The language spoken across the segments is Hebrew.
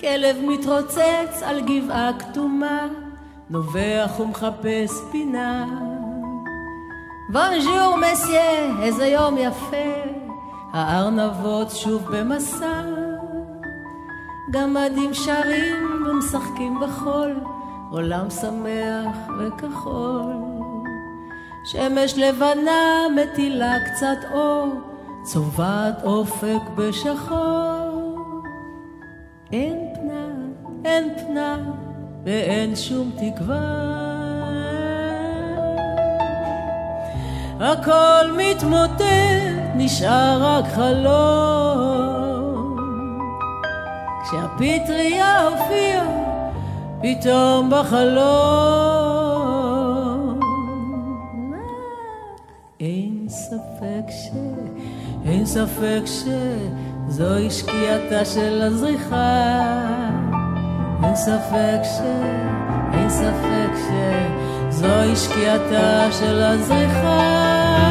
כלב מתרוצץ על גבעה כתומה, נובח ומחפש פינה. בונז'ור מסיה, איזה יום יפה, הארנבות שוב במסע. גמדים שרים ומשחקים בחול, עולם שמח וכחול. שמש לבנה מטילה קצת אור, צובעת אופק בשחור. אין פנה, אין פנה, ואין שום תקווה. הכל מתמוטט, נשאר רק חלום. כשהפטריה הופיעה פתאום בחלום. אין ספק שזוהי שקיעתה של הזריחה. אין ספק שזוהי שקיעתה של הזריחה.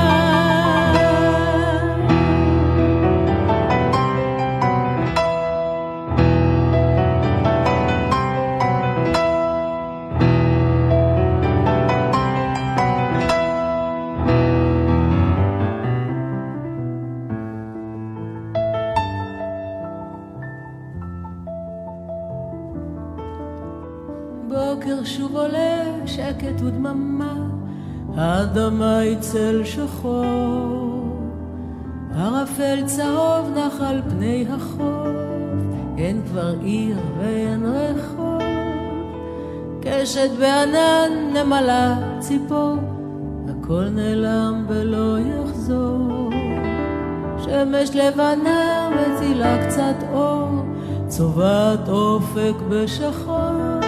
בוקר שוב עולה, שקט ודממה, האדמה היא צל שחור, ערפל צהוב נח על פני החוף, אין כבר עיר ואין רחוב. קשת בענן נמלה ציפור, הכל נעלם ולא יחזור. שמש לבנה מטילה קצת אור, צובעת אופק בשחור.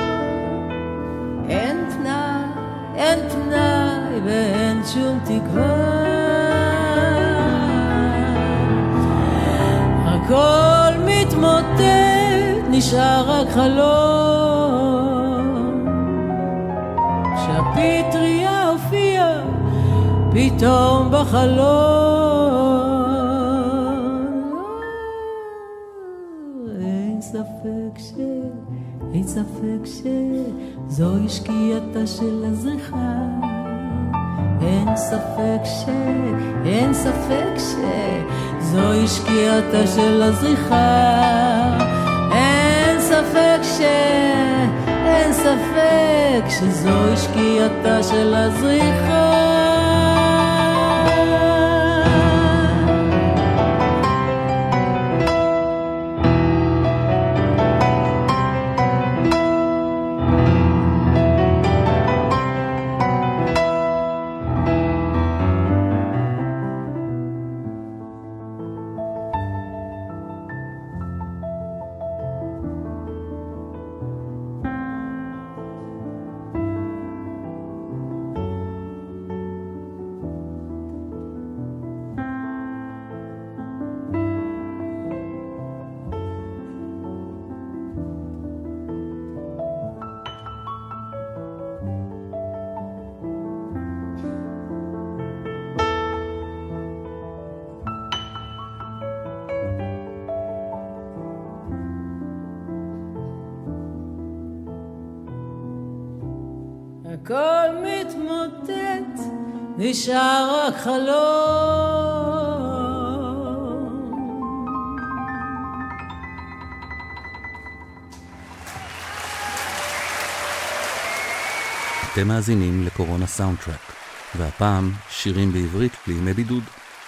אין פנאי ואין שום תקווה. הכל מתמוטט, נשאר רק חלום. כשהפטריה הופיעה פתאום בחלום. אין ספק שזוהי שקיעתה של הזריחה. אין ספק שזוהי שקיעתה של הזריחה. אין ספק שזוהי שקיעתה של הזריחה. הכל מתמוטט, נשאר רק חלום. אתם מאזינים לקורונה סאונדטרק, והפעם שירים בעברית לימי בידוד.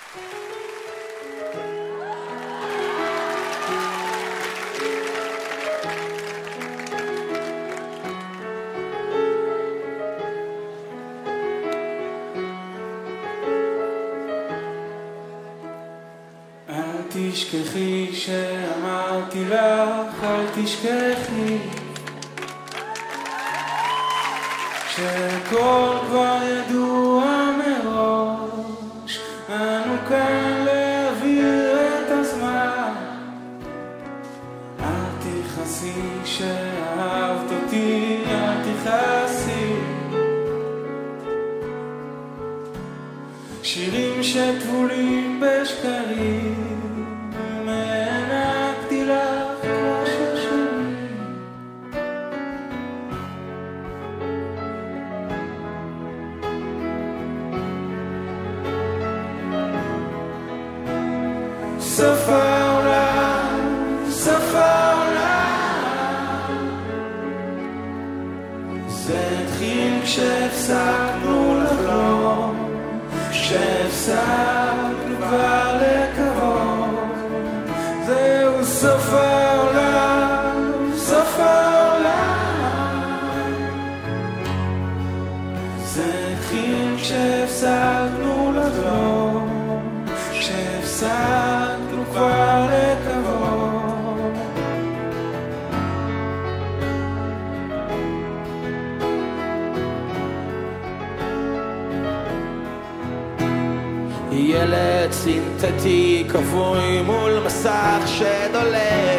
תשכחי שאמרתי לך, אל תשכחי שהכל כבר ידוע מראש, אנו כאן להעביר את הזמן. אל תכעסי שאהבת אותי, אל תכעסי. שירים שטבולים בשקרים, הענקתי לך כמו ששנים. סוף העולם, סוף העולם. זה התחיל כשהפסקנו לחלום, כשהפסקנו כבר לקוות. זהו סוף העולם, סוף העולם. זה התחיל כשהפסקנו לחלום, כשהפסקנו כבר לקוות. ילד סינתטי כבוי מול מסך שדולק,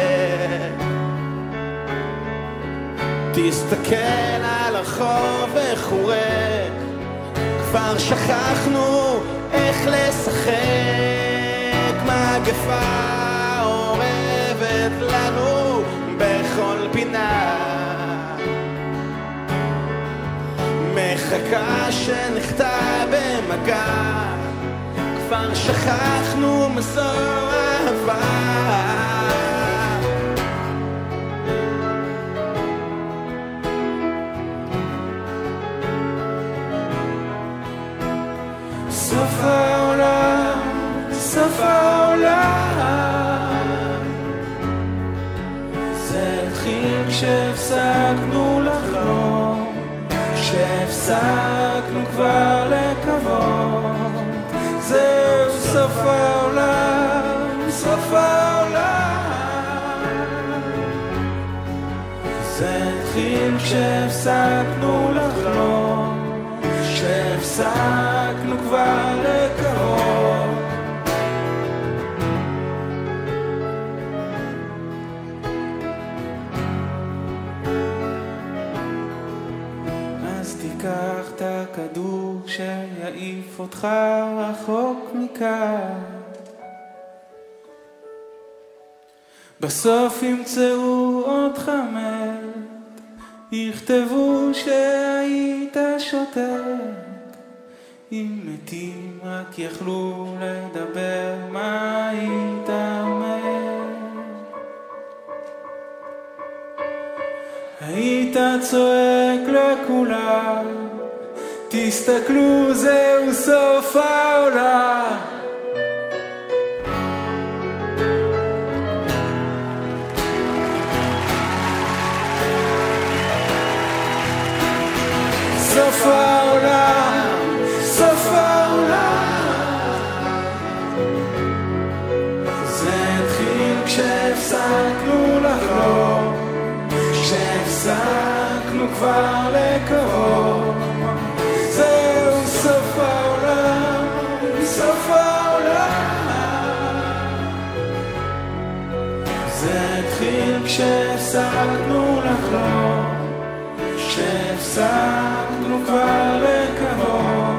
תסתכל על הרחוב וחורק, כבר שכחנו איך לשחק, מגפה אורבת לנו בכל פינה, מחכה שנחטא במגע, כבר שכחנו מזו אהבה. סוף העולם, סוף העולם. זה התחיל כשהפסקנו לחלום, כשהפסקנו כבר לקוות. זהו סוף העולם, סוף העולם. זה התחיל כשהפסקנו לחלום, כשהפסקנו כבר לקוות. אז תיקח את הכדור שיעיף אותך רחוק מכאן, בסוף ימצאו אותך מת, יכתבו שהיית שותק. אם מתים רק יכלו לדבר מה היית אומר, היית צועק לכולם, תסתכלו זהו סוף העולם. סוף העולם, סוף העולם. זה התחיל כשהפסקנו לחלום, כשהפסקנו כבר לקוות. זהו סוף העולם, סוף העולם. זה התחיל כשהפסקנו לחלום, כשהפסקנו כבר לקוות.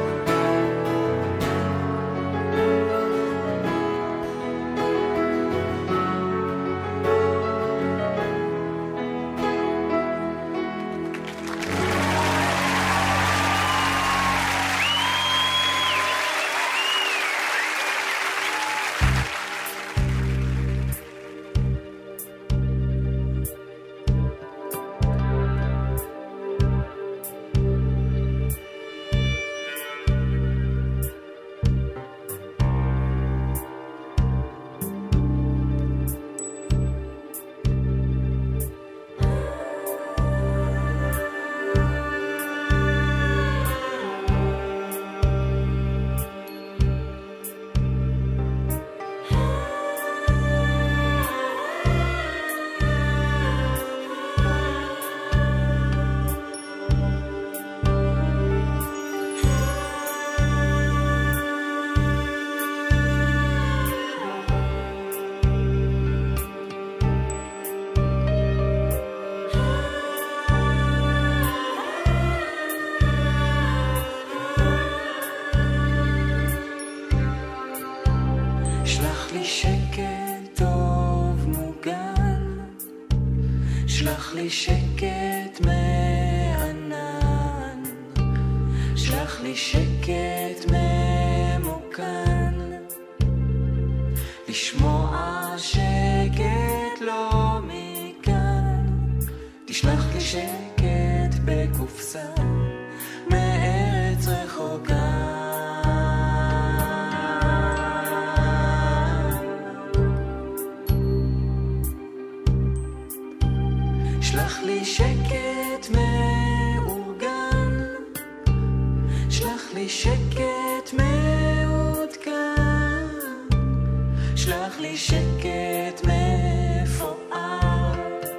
שלח לי שקט מענן, שלח לי שקט ממוקן, לשמוע שקט לא מכאן, תשלח לי שקט בקופסה מארץ רחוקה. שלח לי שקט מאורגן, שלח לי שקט מעודכן, שלח לי שקט מפואר,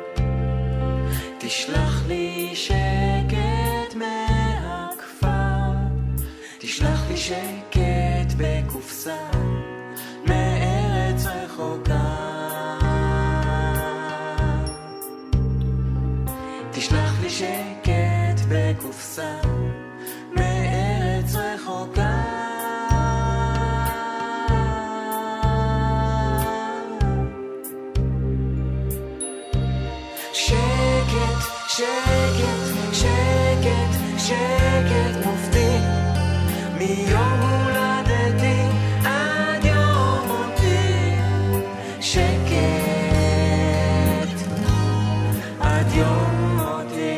תשלח לי שקט מהכפר, תשלח לי שקט בקופסה מארץ רחוקה. תשלח לי שקט בקופסה מארץ רחוקה. שקט, שקט, שקט, שקט מופתי מיום הולדתי עד יום מותי. שקט עד יום מותי.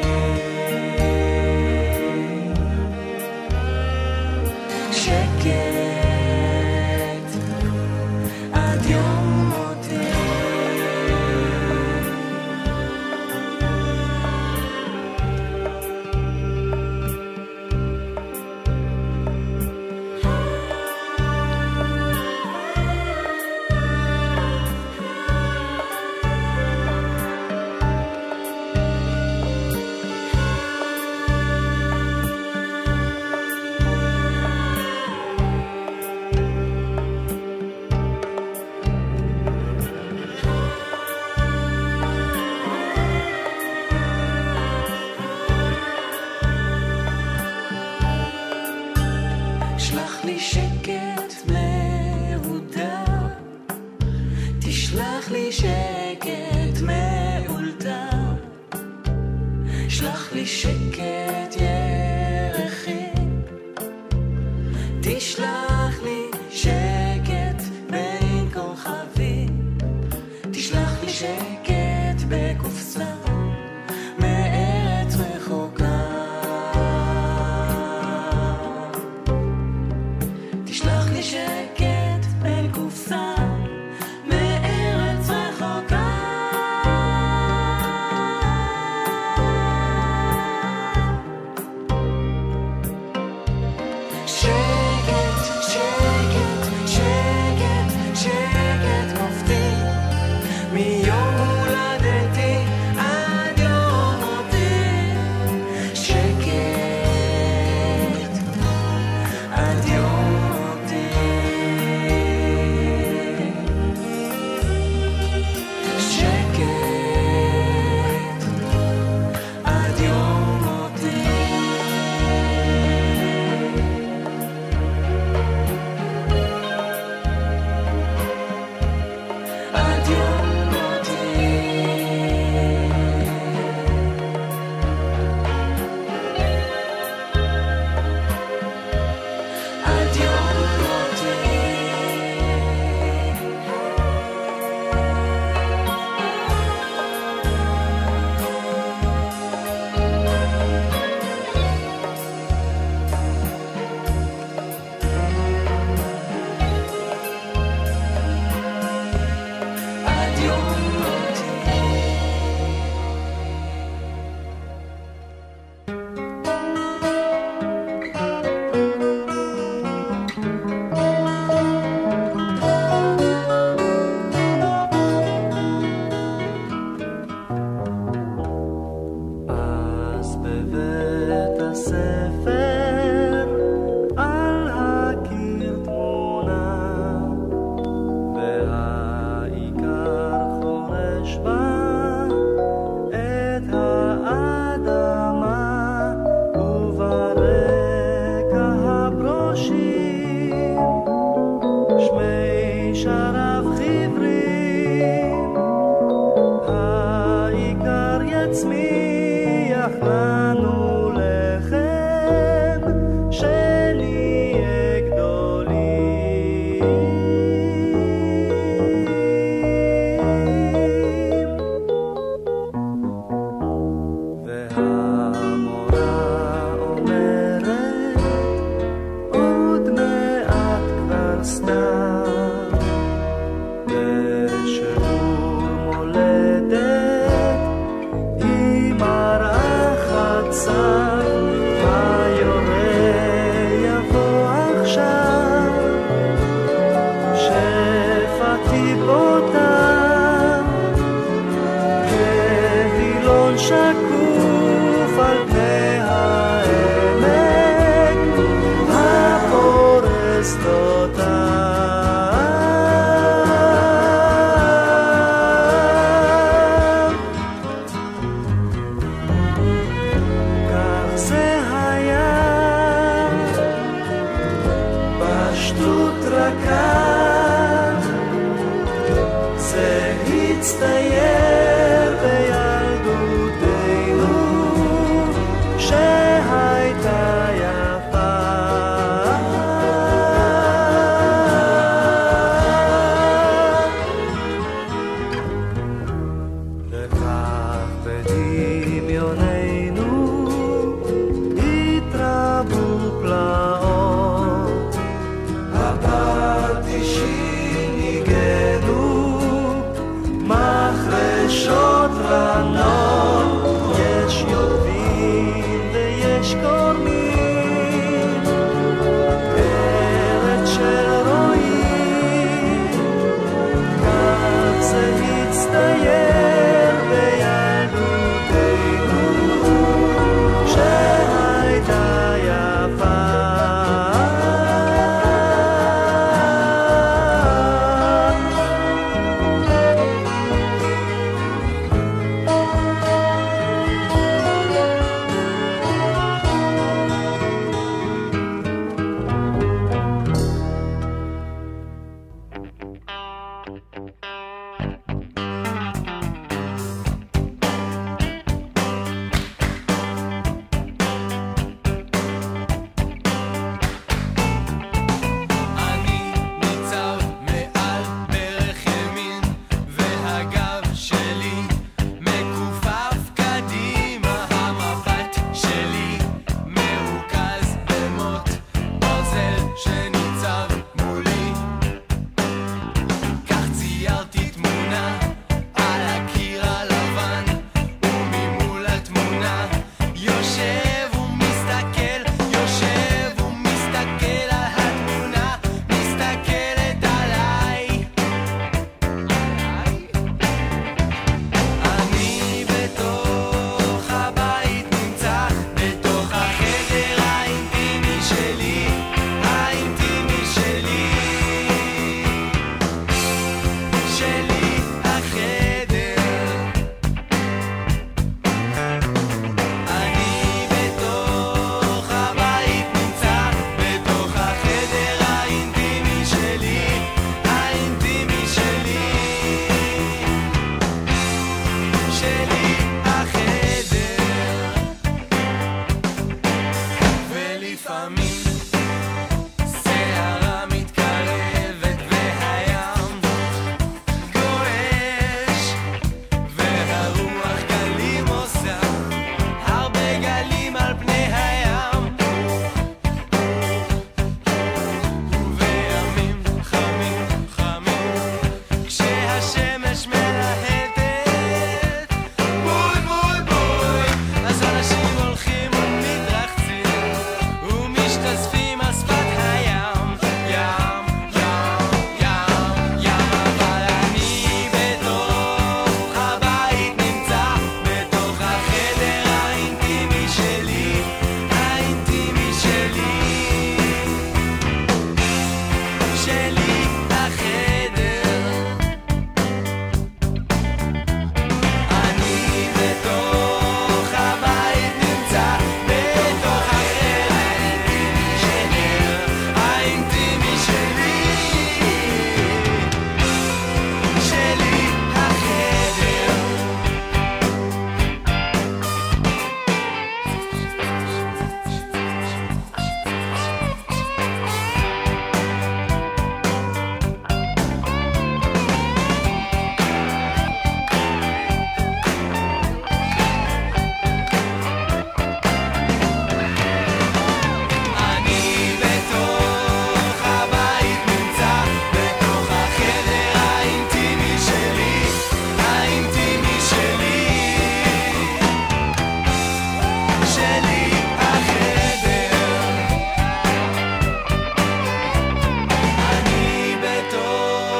שקט עד יום מותי. שקוף על פני העמק הפורס אותה. כך זה היה פשטות רכה, זה הצטייר בילדותנו שהייתה יפה. וכך בדמיוננו התרבו פלאות, הפטישים ניגנו מחרשות רנות, יש יובים ויש קורמים, ארץ של רועים. כך זה הצטייר בילדותנו שהייתה יפה.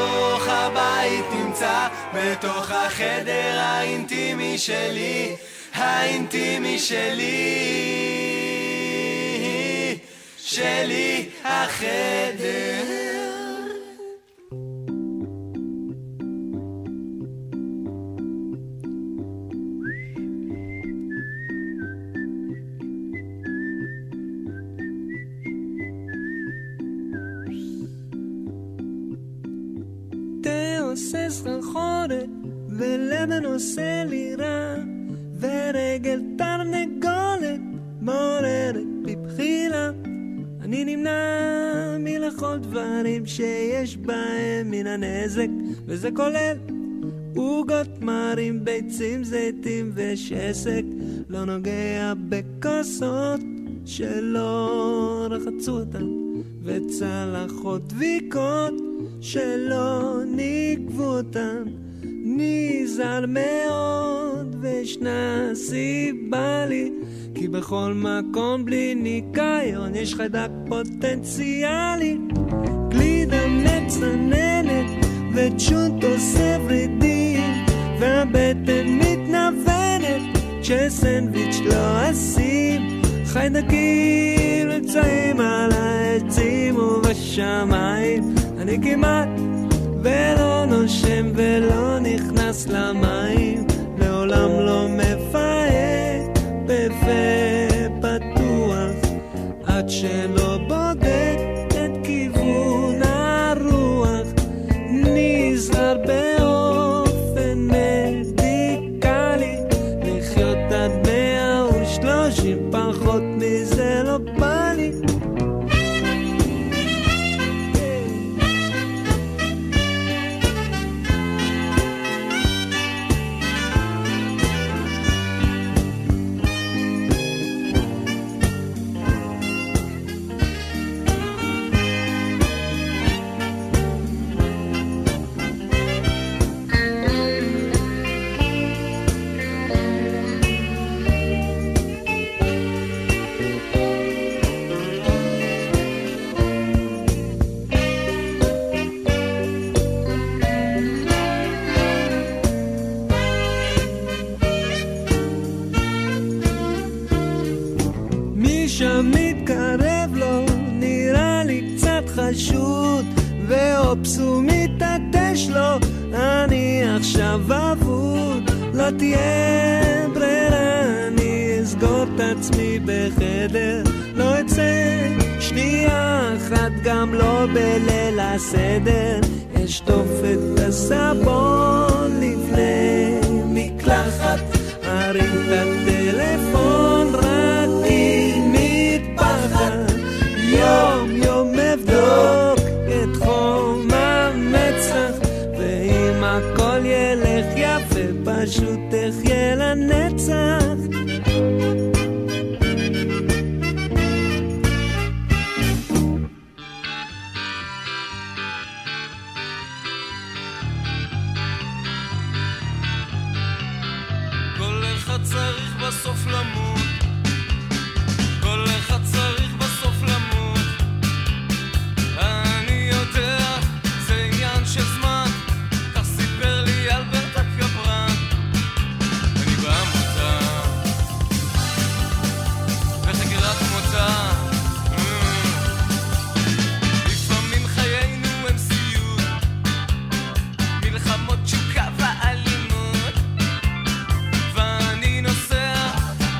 בתוך החדר האינטימי שלי, האינטימי שלי החדר. עושה סחרחורת ולבן עושה לי רע ורגל תרנגולת מעוררת בבחילה. אני נמנע מלכל דברים שיש בהם מן הנזק, וזה כולל עוגות מרים, ביצים, זיתים ושסק. לא נוגע בכוסות שלא רחצו אותן וצלחות דביקות שלא נגבו אותם. נזהר מאוד וישנה סיבה לי, כי בכל מקום בלי ניקיון יש חיידק פוטנציאלי. גלידה מצננת וצ'וט עושה ורידים, והבטן מתנוונת כשסנדוויץ' לא אשים. חיידקים נמצאים על העצים ובשמיים, אני כמעט ולא נושם ולא נכנס למים, לעולם לא מפהק בפה פתוח עד שלא בודק את כיוון הרוח. נזהר באופן מדיקלי לחיות עד 130, פחות מזה לא בא לי. מתקרב לו נראה לי קצת חשוד, ואופסו מתעטש לו, אני עכשיו אבוד. לא תהיה ברירה, אני אסגור את עצמי בחדר, לא אצא שנייה אחת גם לא בליל הסדר. אשטוף את הסבון לפני מקלחת, ארים את הטלפון רק יום יום אבדוק את חום המצח, ואם הכל ילך יפה פשוט תחיה לנצח. כל אחד צריך בסוף למות, כל אחד צריך בסוף למות. אני יודע, זה עניין של זמן, כך סיפר לי אלברט הקברן. אני בעמותה בחקירת מותה. לפעמים חיינו הם סיוט, מלחמות תשוקה ואלימות, ואני נוסע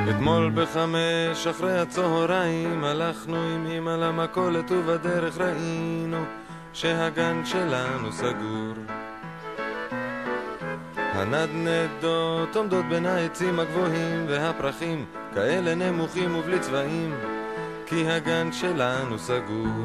אתמול 5 אחרי הצהריים הלכנו עם אמא למכולת ובדרך ראינו שהגן שלנו סגור. הנדנדות עומדות בין העצים הגבוהים והפרחים כאלה נמוכים ובלי צבעים כי הגן שלנו סגור.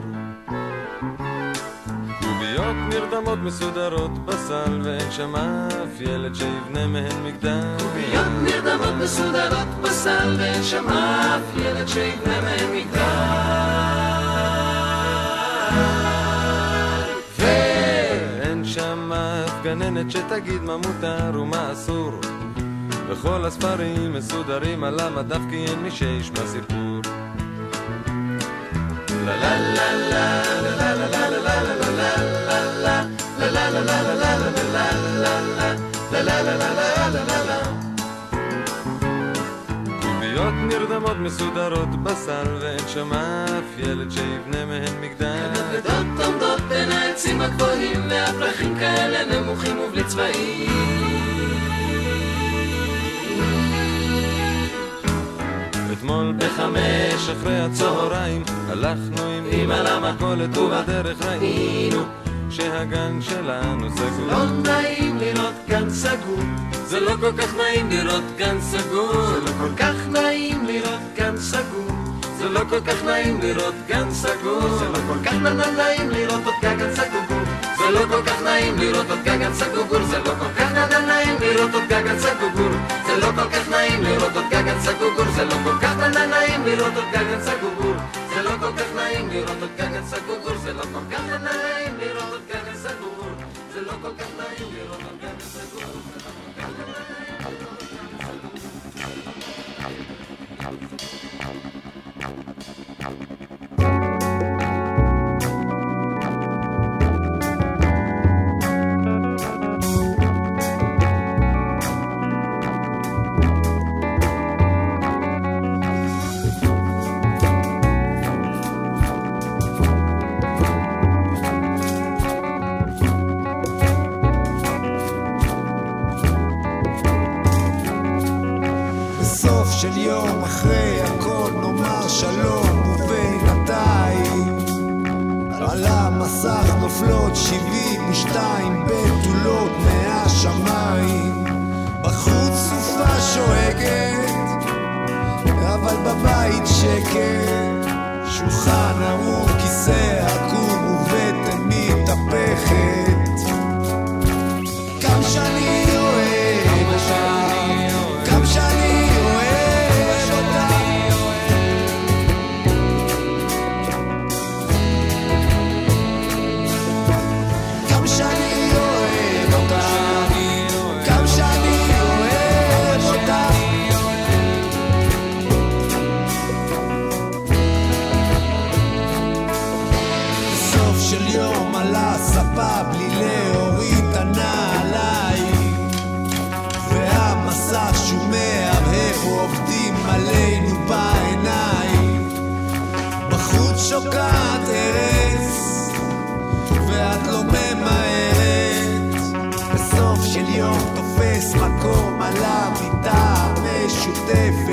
קוביות נרדמות מסודרות בסל ואין שם אף ילד שיבנה מהן מגדל. קוביות נרדמות מסודרות בסל ואין שם אף ילד שיבנה מהן מגדל. ואין שם אף גננת שתגיד מה מותר ומה אסור. וכל הספרים מסודרים על המדף כי אין מי שישמע סיפור. לה לה לה לה לה לה לה לה לה קוביות נרדמות מסודרות בסל ואין שם אף ילד שיבנה מהן מגדל. הנדנדות עומדות בין העצים הגבוהים והפרחים כאלה נמוכים ובלי צבעים. אתמול 5 אחרי הצהריים הלכנו עם אמא למכולת ובדרך ראינו שהגן שלנו סגור. לא נעים לראות גן סגור, זה לא כל כך נעים לראות גן סגור. זה לא כל כך נעים לראות גן סגור, זה לא כל כך נעים לראות גן סגור. זה לא כל כך נעים לראות עוד גן סגור, זה לא כל כך נעים לראות עוד גן סגור. זה לא כל כך נעים לראות עוד גן סגור, זה לא כל כך נעים לראות עוד גן סגור, זה לא כל כך נעים לראות עוד גן סגור, זה לא כל כך נעים לראות עוד גן סגור, זה לא כל כך נעים לראות עוד גן סגור, זה לא כל כך נעים לראות עוד גן סגור. של יום אחרי הכל נאמר שלום ובינתיים על המסך נופלות 72 בתולות מהשמיים. בחוץ סופה שואגת אבל בבית שקט, שולחן ארוך כיסא עקום ובטן מתהפכת. גם שאני אוהב אותה, גם שאני בלי להוריד את הנעליים והמסך שומע הם עובדים עלינו בעיניים. בחוץ שוקעת ארץ ואת לא ממהרת, בסוף של יום תופס מקום על המיטה המשותפת